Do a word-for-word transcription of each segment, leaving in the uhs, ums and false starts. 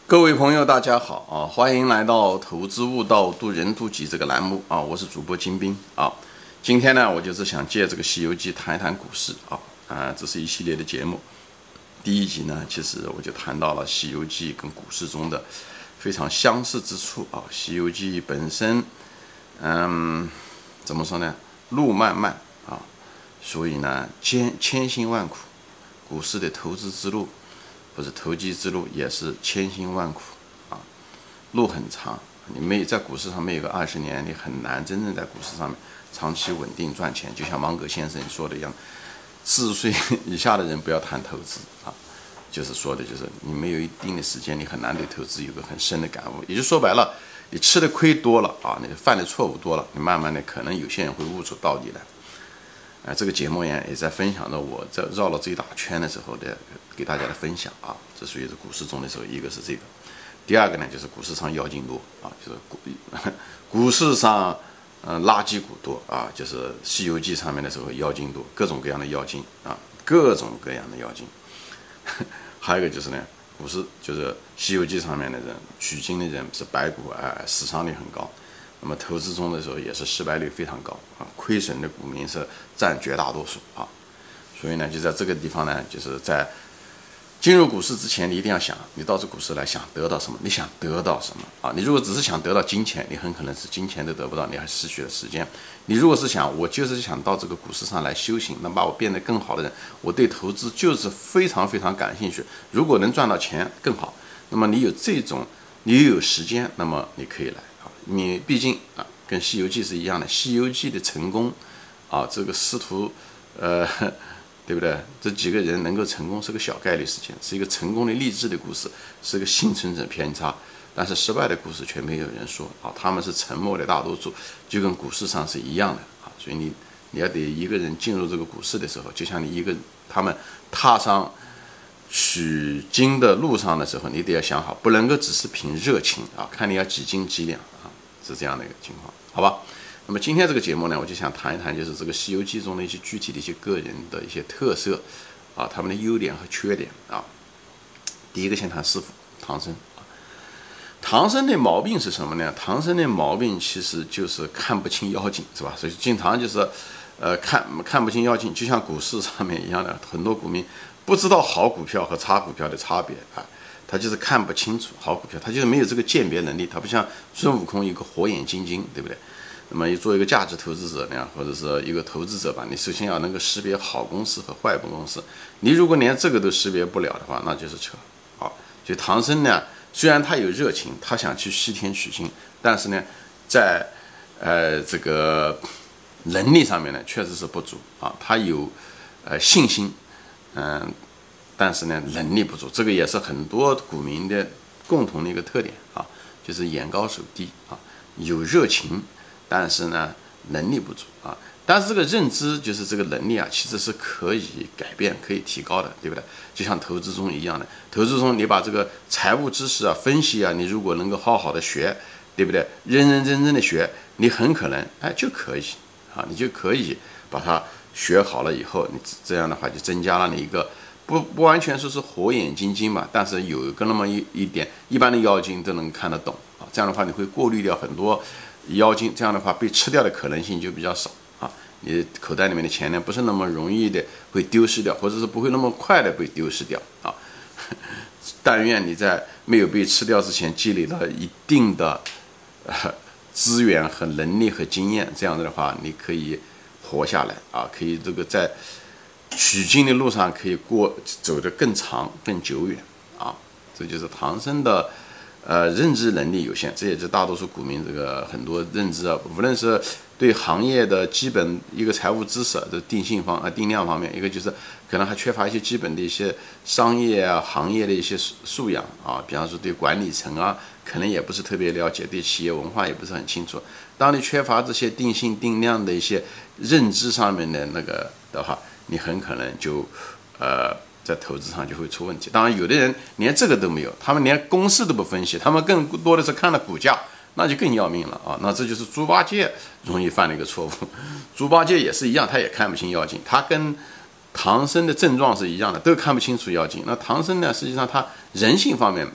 各位朋友，大家好啊！欢迎来到投资悟道渡人渡己这个栏目啊！我是主播金兵啊。今天呢，我就是想借这个《西游记》谈一谈股市啊啊，这是一系列的节目。第一集呢，其实我就谈到了《西游记》跟股市中的非常相似之处啊。《西游记》本身，嗯，怎么说呢？路漫漫啊，所以呢，千千辛万苦。股市的投资之路。或者投机之路也是千辛万苦啊，路很长。你没在股市上没有个二十年，你很难真正在股市上面长期稳定赚钱。就像芒格先生说的一样，四十岁以下的人不要谈投资啊，就是说的就是你没有一定的时间，你很难对投资有个很深的感悟。也就说白了，你吃的亏多了啊，你犯的错误多了，你慢慢的可能有些人会悟出道理来。啊，这个节目呀也在分享着我在绕了这一大圈的时候的给大家的分享啊，这属于是股市中的时候，一个是这个，第二个呢就是股市上妖精多啊，就是股股市上呃垃圾股多啊，就是《西游记》上面的时候妖精多，各种各样的妖精啊，各种各样的妖精。还有一个就是呢，股市就是《西游记》上面的人取经的人是白股啊、呃，死伤率很高。那么投资中的时候也是失败率非常高啊，亏损的股民是占绝大多数啊，所以呢，就在这个地方呢，就是在进入股市之前，你一定要想，你到这股市来想得到什么？你想得到什么啊？你如果只是想得到金钱，你很可能是金钱都得不到，你还失去了时间。你如果是想我就是想到这个股市上来修行，能把我变得更好的人，我对投资就是非常非常感兴趣。如果能赚到钱更好，那么你有这种，你又有时间，那么你可以来。你毕竟啊，跟《西游记》是一样的，《西游记》的成功，啊，这个师徒，呃，对不对？这几个人能够成功是个小概率事件，是一个成功的励志的故事，是个幸存者偏差。但是失败的故事却没有人说啊，他们是沉默的大多数，就跟股市上是一样的啊。所以你你要得一个人进入这个股市的时候，就像你一个他们踏上取经的路上的时候，你得要想好，不能够只是凭热情啊，看你要几斤几两啊，是这样的一个情况，好吧？那么今天这个节目呢，我就想谈一谈，就是这个《西游记》中的一些具体的一些个人的一些特色啊，他们的优点和缺点啊。第一个先谈师傅唐僧啊，唐僧的毛病是什么呢？唐僧的毛病其实就是看不清妖精，是吧？所以经常就是，呃，看看不清妖精，就像股市上面一样的，很多股民不知道好股票和差股票的差别啊。他就是看不清楚好股票，他就是没有这个鉴别能力，他不像孙悟空一个火眼金睛，对不对？那么做一个价值投资者呢，或者是一个投资者吧，你首先要能够识别好公司和坏公司。你如果连这个都识别不了的话，那就是扯。好，就唐僧呢，虽然他有热情，他想去西天取经，但是呢，在呃这个能力上面呢，确实是不足啊。他有呃信心，嗯、呃。但是呢，能力不足，这个也是很多股民的共同的一个特点啊，就是眼高手低啊，有热情，但是呢，能力不足啊。但是这个认知就是这个能力啊，其实是可以改变、可以提高的，对不对？就像投资中一样的，投资中你把这个财务知识啊、分析啊，你如果能够好好的学，对不对？认认真真的学，你很可能哎就可以啊，你就可以把它学好了以后，你这样的话就增加了你一个。不不完全说是火眼金睛吧，但是有一个那么一一点，一般的妖精都能看得懂啊。这样的话，你会过滤掉很多妖精，这样的话被吃掉的可能性就比较少啊。你口袋里面的钱呢，不是那么容易的会丢失掉，或者是不会那么快的被丢失掉啊。但愿你在没有被吃掉之前积累了一定的呃资源和能力和经验，这样子的话，你可以活下来啊，可以这个在。取经的路上可以过走得更长更久远啊，这就是唐僧的呃认知能力有限，这也是大多数股民这个很多认知啊，无论是对行业的基本一个财务知识的定性方啊定量方面，一个就是可能还缺乏一些基本的一些商业啊行业的一些素养啊，比方说对管理层啊可能也不是特别了解，对企业文化也不是很清楚。当你缺乏这些定性定量的一些认知上面的那个的话，你很可能就，呃，在投资上就会出问题。当然，有的人连这个都没有，他们连公式都不分析，他们更多的是看了股价，那就更要命了啊！那这就是猪八戒容易犯的一个错误。猪八戒也是一样，他也看不清妖精，他跟唐僧的症状是一样的，都看不清楚妖精。那唐僧呢，实际上他人性方面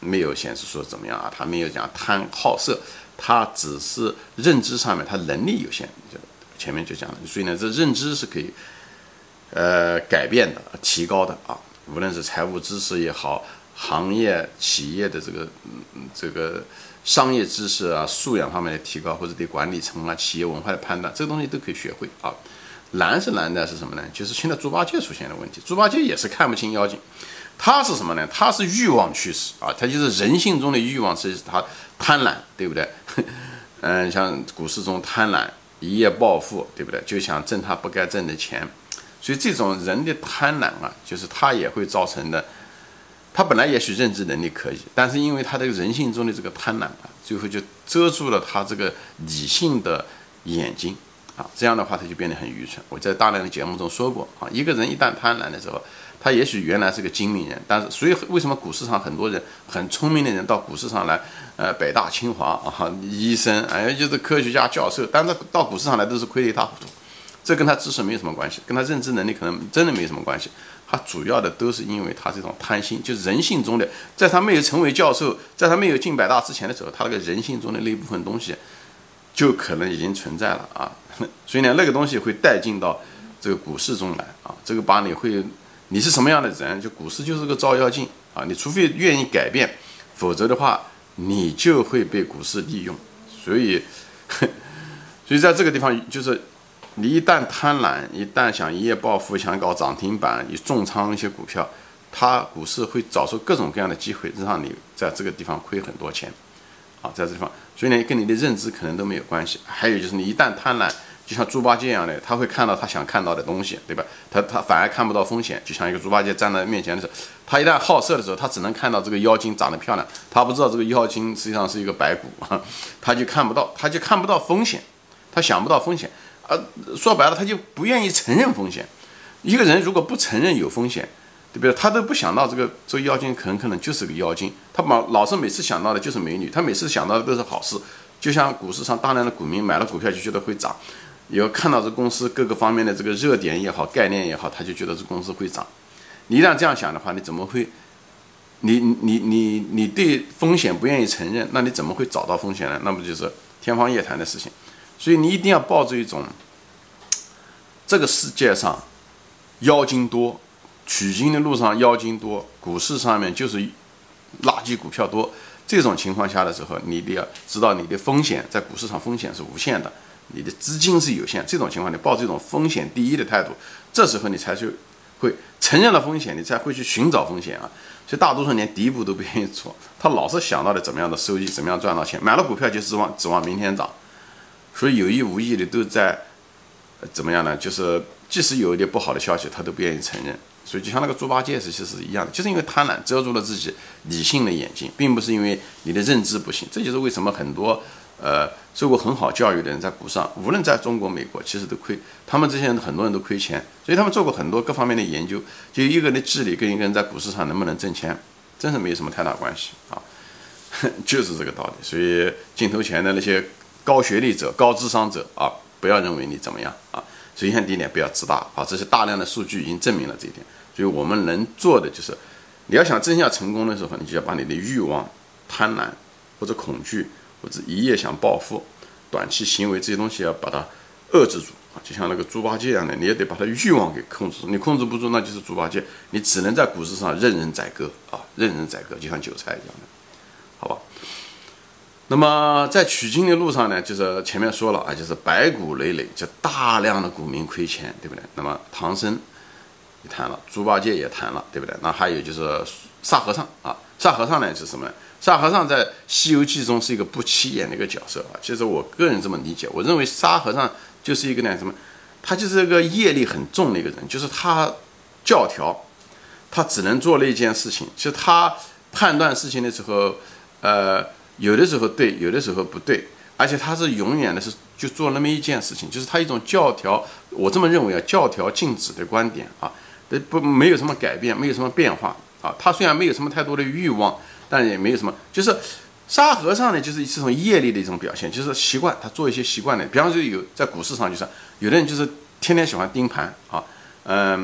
没有显示说怎么样啊，他没有讲贪好色，他只是认知上面他能力有限，就前面就讲了，所以呢，这认知是可以呃改变的、提高的啊，无论是财务知识也好，行业企业的这个嗯这个商业知识啊、素养方面的提高，或者对管理层啊、企业文化的判断，这个东西都可以学会啊。难是难的是什么呢？就是现在猪八戒出现的问题，猪八戒也是看不清妖精。他是什么呢？他是欲望驱使啊，他就是人性中的欲望，是他贪婪，对不对？嗯，像股市中贪婪、一夜暴富，对不对？就想挣他不该挣的钱，所以这种人的贪婪啊，就是他也会造成的。他本来也许认知能力可以，但是因为他这个人性中的这个贪婪啊，最后就遮住了他这个理性的眼睛啊，这样的话他就变得很愚蠢。我在大量的节目中说过啊，一个人一旦贪婪的时候，他也许原来是个精明人，但是所以为什么股市上很多人很聪明的人到股市上来，呃，北大清华啊，医生，哎，就是科学家、教授，但是到股市上来都是亏得一塌糊涂。这跟他知识没有什么关系，跟他认知能力可能真的没有什么关系。他主要的都是因为他这种贪心，就是人性中的，在他没有成为教授，在他没有进北大之前的时候，他那个人性中的那部分东西就可能已经存在了啊。所以呢，那个东西会带进到这个股市中来啊。这个把你会，你是什么样的人，就股市就是个照妖镜啊。你除非愿意改变，否则的话，你就会被股市利用。所以，所以在这个地方就是。你一旦贪婪，一旦想一夜暴富，想搞涨停板，你重仓一些股票，它股市会找出各种各样的机会，让你在这个地方亏很多钱，啊，在这地方，所以呢，跟你的认知可能都没有关系。还有就是你一旦贪婪，就像猪八戒一样的，他会看到他想看到的东西，对吧？他他反而看不到风险，就像一个猪八戒站在面前的时候，他一旦好色的时候，他只能看到这个妖精长得漂亮，他不知道这个妖精实际上是一个白骨，他就看不到，他就看不到风险，他想不到风险。呃，说白了，他就不愿意承认风险。一个人如果不承认有风险，对不对？他都不想到这个这个妖精很可能就是个妖精。他老老是每次想到的就是美女，他每次想到的都是好事。就像股市上大量的股民买了股票就觉得会涨，有看到这公司各个方面的这个热点也好、概念也好，他就觉得这公司会涨。你一旦这样想的话，你怎么会？你你你你对风险不愿意承认，那你怎么会找到风险呢？那不就是天方夜谭的事情？所以你一定要抱着一种，这个世界上妖精多，取经的路上妖精多，股市上面就是垃圾股票多。这种情况下的时候，你一定要知道你的风险在股市上风险是无限的，你的资金是有限。这种情况，你抱着一种风险第一的态度，这时候你才去会承认了风险，你才会去寻找风险啊。所以大多数人连第一步都不愿意做，他老是想到的怎么样的收益，怎么样赚到钱，买了股票就指望指望明天涨。所以有意无意的都在、呃、怎么样呢？就是即使有一点不好的消息，他都不愿意承认。所以就像那个猪八戒是其实是一样的，就是因为贪婪遮住了自己理性的眼睛，并不是因为你的认知不行。这就是为什么很多呃受过很好教育的人在股上，无论在中国、美国，其实都亏。他们这些人很多人都亏钱，所以他们做过很多各方面的研究。就一个人的智力跟一个人在股市上能不能挣钱，真是没有什么太大关系啊，就是这个道理。所以镜头前的那些高学历者、高智商者啊，不要认为你怎么样啊。首先第一点，不要自大啊，这些大量的数据已经证明了这一点。所以我们能做的就是，你要想真要成功的时候，你就要把你的欲望、贪婪或者恐惧或者一夜想暴富、短期行为这些东西要把它遏制住啊，就像那个猪八戒一样的，你也得把它欲望给控制住。你控制不住，那就是猪八戒，你只能在股市上任人宰割啊，任人宰割，就像韭菜一样的，好吧？那么在取经的路上呢，就是前面说了啊，就是白骨累累，就大量的股民亏钱，对不对？那么唐僧也谈了，猪八戒也谈了，对不对？那还有就是沙和尚啊，沙和尚呢是什么呢？沙和尚在《西游记》中是一个不起眼的一个角色啊。其实我个人这么理解，我认为沙和尚就是一个呢什么，他就是一个业力很重的一个人，就是他教条，他只能做了一件事情，就是他判断事情的时候，呃。有的时候对，有的时候不对，而且他是永远的是就做那么一件事情，就是他一种教条，我这么认为啊，教条禁止的观点啊，不没有什么改变，没有什么变化啊。他虽然没有什么太多的欲望，但也没有什么，就是沙和尚呢，就是一种业力的一种表现，就是习惯他做一些习惯的，比方说有在股市上就是有的人就是天天喜欢盯盘啊，嗯，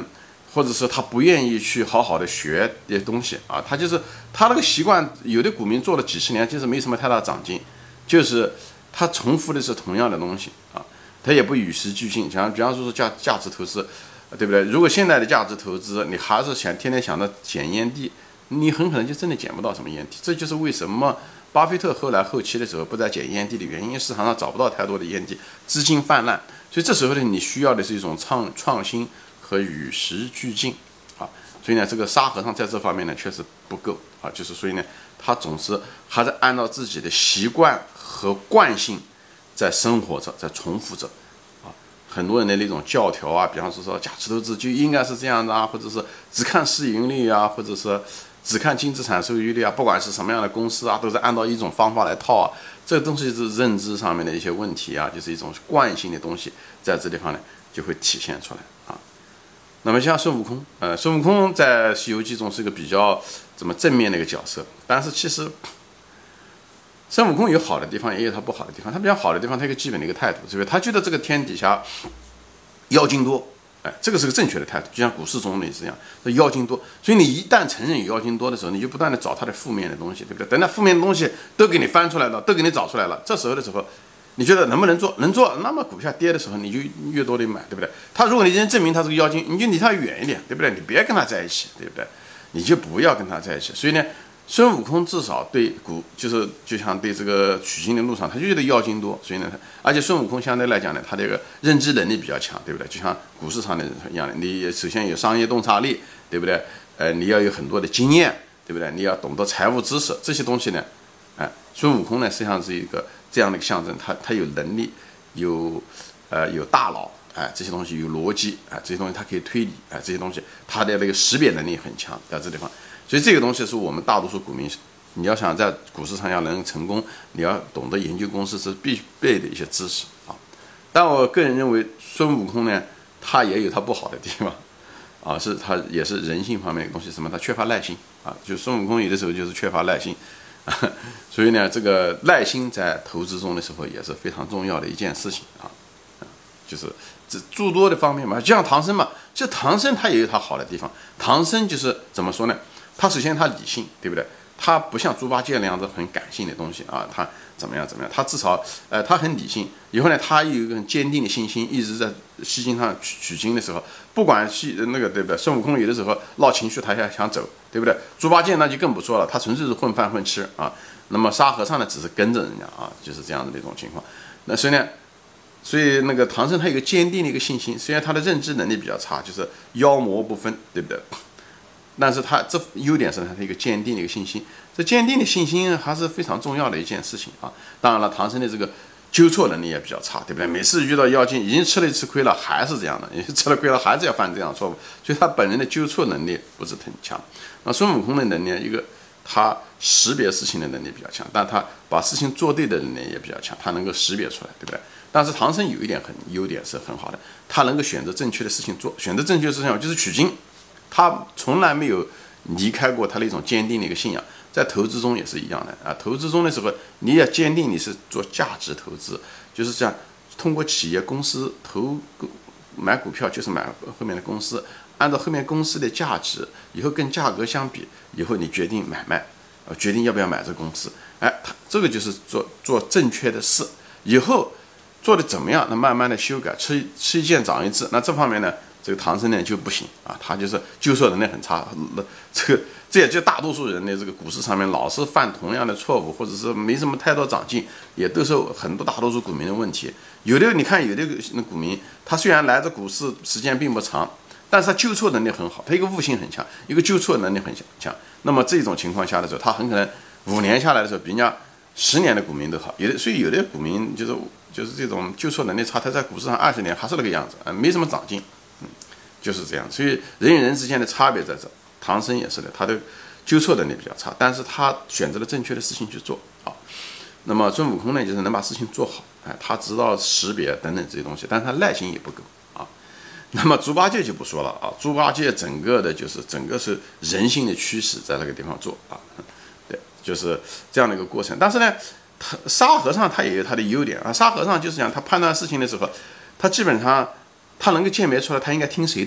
或者是他不愿意去好好的学这些东西啊，他就是他那个习惯，有的股民做了几十年，就是没什么太大长进，就是他重复的是同样的东西啊，他也不与时俱进。像比方说价价值投资，对不对？如果现在的价值投资，你还是想天天想着捡烟蒂，你很可能就真的捡不到什么烟蒂。这就是为什么巴菲特后来后期的时候不再捡烟蒂的原因，市场上找不到太多的烟蒂，资金泛滥，所以这时候呢，你需要的是一种创创新和与时俱进啊。所以呢，这个沙和尚在这方面呢确实不够啊，就是所以呢，他总是还在按照自己的习惯和惯性在生活着，在重复着啊。很多人的那种教条啊，比方说说价值投资就应该是这样的啊，或者是只看市盈率啊，或者是只看净资产收益率啊，不管是什么样的公司啊，都是按照一种方法来套啊。这个东西是认知上面的一些问题啊，就是一种惯性的东西，在这地方呢就会体现出来啊。那么像孙悟空，呃，孙悟空在《西游记》中是一个比较怎么正面的一个角色，但是其实孙悟空有好的地方，也有他不好的地方。他比较好的地方，他一个基本的一个态度，是不是？他觉得这个天底下妖精多，哎，这个是个正确的态度，就像股市中也是这样，这妖精多。所以你一旦承认有妖精多的时候，你就不断的找他的负面的东西，对不对？等到负面的东西都给你翻出来了，都给你找出来了，这时候的时候，你觉得能不能做？能做，那么股票跌的时候，你就越多的买，对不对？他如果你真正证明他是个妖精，你就离他远一点，对不对？你别跟他在一起，对不对？你就不要跟他在一起。所以呢，孙悟空至少对股就是就像对这个取经的路上，他就觉得妖精多，所以呢，而且孙悟空相对来讲呢，他这个认知能力比较强，对不对？就像股市上的人一样的，你首先有商业洞察力，对不对？呃，你要有很多的经验，对不对？你要懂得财务知识，这些东西呢，哎，孙悟空呢实际上是一个这样的一个象征，他他有能力，有呃有大脑，哎，这些东西有逻辑，哎，这些东西他可以推理，哎，这些东西他的那个识别能力很强，在这地方。所以这个东西是我们大多数股民，你要想在股市上要能成功，你要懂得研究公司是必备的一些知识啊。但我个人认为，孙悟空呢，他也有他不好的地方啊，是他也是人性方面的东西，什么？他缺乏耐心啊，就孙悟空有的时候就是缺乏耐心，啊、所以呢，这个耐心在投资中的时候也是非常重要的一件事情啊，就是这诸多的方面嘛，就像唐僧嘛，就唐僧他也有他好的地方，唐僧就是怎么说呢？他首先他理性，对不对？他不像猪八戒那样子很感性的东西啊，他怎么样怎么样？他至少呃他很理性。以后呢，他有一个很坚定的信心，一直在西经上取取经的时候，不管西那个对不对？孙悟空有的时候闹情绪，他想想走，对不对？猪八戒那就更不说了，他纯粹是混饭混吃啊。那么沙和尚呢，只是跟着人家啊，就是这样的一种情况。那所以呢，所以那个唐僧他有一个坚定的一个信心，虽然他的认知能力比较差，就是妖魔不分，对不对？但是他这优点是他的一个坚定的一个信心，这坚定的信心还是非常重要的一件事情啊。当然了，唐僧的这个纠错能力也比较差，对不对？每次遇到妖精，已经吃了一次亏了，还是这样的，吃了亏了还是要犯这样错误，所以他本人的纠错能力不是很强。那孙悟空的能力，一个他识别事情的能力比较强，但他把事情做对的能力也比较强，他能够识别出来，对不对？但是唐僧有一点很优点是很好的，他能够选择正确的事情做，选择正确的事情就是取经。他从来没有离开过他的一种坚定的一个信仰，在投资中也是一样的啊。投资中的时候，你也坚定你是做价值投资，就是这样，通过企业公司投买股票，就是买后面的公司，按照后面公司的价值，以后跟价格相比，以后你决定买卖，呃，决定要不要买这个公司。哎，他这个就是做做正确的事，以后做的怎么样，那慢慢的修改，吃吃一堑长一智。那这方面呢？这个唐僧呢就不行啊，他就是纠错能力很差。这个这也就大多数人的这个股市上面老是犯同样的错误，或者是没什么太多长进，也都是很多大多数股民的问题。有的你看有的股民，他虽然来这股市时间并不长，但是他纠错能力很好，他一个悟性很强，一个纠错能力很强。那么这种情况下的时候，他很可能五年下来的时候，比人家十年的股民都好。有的所以有的股民就是就是这种纠错能力差，他在股市上二十年还是那个样子啊，没什么长进。嗯，就是这样，所以人与人之间的差别在这。唐僧也是的，他的纠错能力比较差，但是他选择了正确的事情去做啊。那么孙悟空呢，就是能把事情做好，哎，他知道识别等等这些东西，但是他耐心也不够啊。那么猪八戒就不说了啊，猪八戒整个的就是整个是人性的驱使，在那个地方做啊，对，就是这样的一个过程。但是呢，他沙和尚他也有他的优点啊，沙和尚就是讲他判断事情的时候，他基本上。他能够鉴别出来，他应该听谁的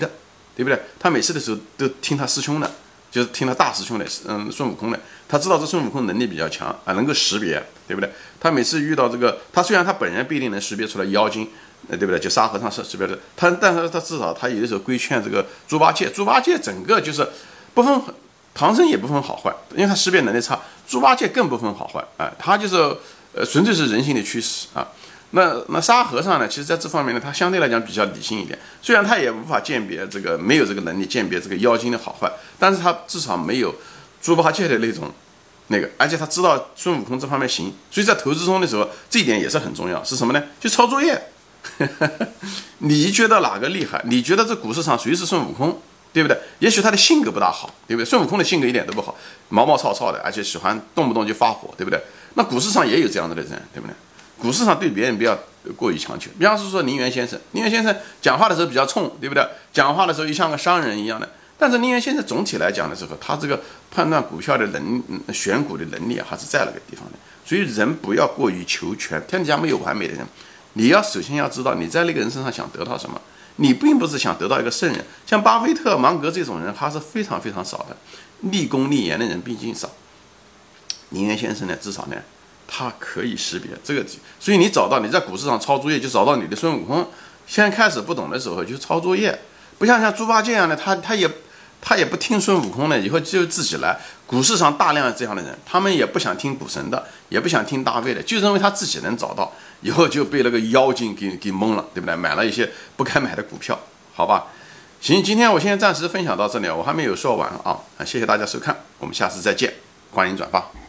对不对？他每次的时候都听他师兄的，就是听他大师兄的，嗯，孙悟空的。他知道这孙悟空能力比较强啊，能够识别，对不对？他每次遇到这个，他虽然他本人不一定能识别出来妖精，呃，对不对？就沙和尚是识别的，他但是他至少他有的时候规劝这个猪八戒，猪八戒整个就是不分，唐僧也不分好坏，因为他识别能力差，猪八戒更不分好坏，哎、呃，他就是呃纯粹是人性的驱使啊。那那沙和尚呢？其实在这方面呢，他相对来讲比较理性一点。虽然他也无法鉴别这个，没有这个能力鉴别这个妖精的好坏，但是他至少没有猪八戒的那种那个，而且他知道孙悟空这方面行，所以在投资中的时候，这一点也是很重要。是什么呢？就抄作业。你觉得哪个厉害？你觉得这股市上谁是孙悟空？对不对？也许他的性格不大好，对不对？孙悟空的性格一点都不好，毛毛糙糙的，而且喜欢动不动就发火，对不对？那股市上也有这样的人，对不对？股市上对别人不要过于强求，比方说宁远先生，宁远先生讲话的时候比较冲，对不对？讲话的时候又像个商人一样的，但是宁远先生总体来讲的时候，他这个判断股票的能、选股的能力还是在那个地方的。所以人不要过于求全，天底下没有完美的人，你要首先要知道你在那个人身上想得到什么，你并不是想得到一个圣人，像巴菲特、芒格这种人还是非常非常少的，立功立言的人毕竟少。宁远先生呢，至少呢。他可以识别这个，所以你找到你在股市上抄作业，就找到你的孙悟空。现在开始不懂的时候就抄作业，不像像猪八戒一样的，他他也他也不听孙悟空的，以后就自己来。股市上大量这样的人，他们也不想听股神的，也不想听大 V 的，就认为他自己能找到，以后就被那个妖精给给蒙了，对不对？买了一些不该买的股票，好吧？行，今天我现在暂时分享到这里，我还没有说完啊，谢谢大家收看，我们下次再见，欢迎转发。